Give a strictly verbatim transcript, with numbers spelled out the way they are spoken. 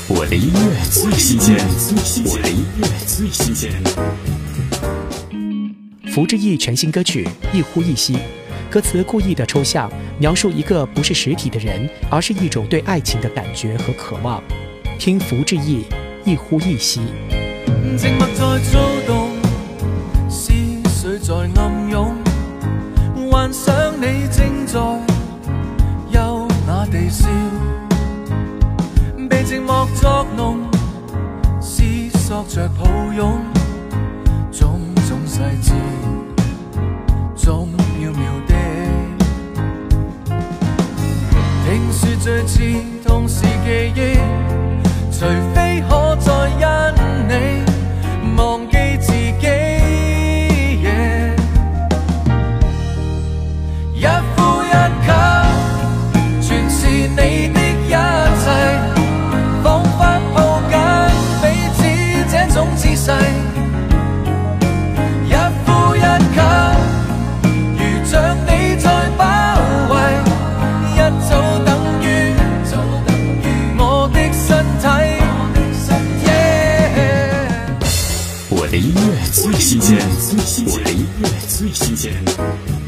我的音乐最新鲜，我的音乐最新鲜。 福志毅全新歌曲《一呼一吸》，歌词故意的抽象，描述一个不是实体的人，而是一种对爱情的感觉和渴望。听福志毅《一呼一吸》。 静默在躁動，思緒在暗湧，幻想你正在優雅地笑，被寂寞作弄，思索着抱擁，種種細節，總渺渺的。聽說最似同是記憶，除非可再因你忘記自己。Yeah. 一呼一吸，全是你的一切，彷彿抱緊彼此這種姿勢。一呼一吸，如像你在包圍，一早等於我的身體。 我的音乐最新鲜，我的音乐最新鲜。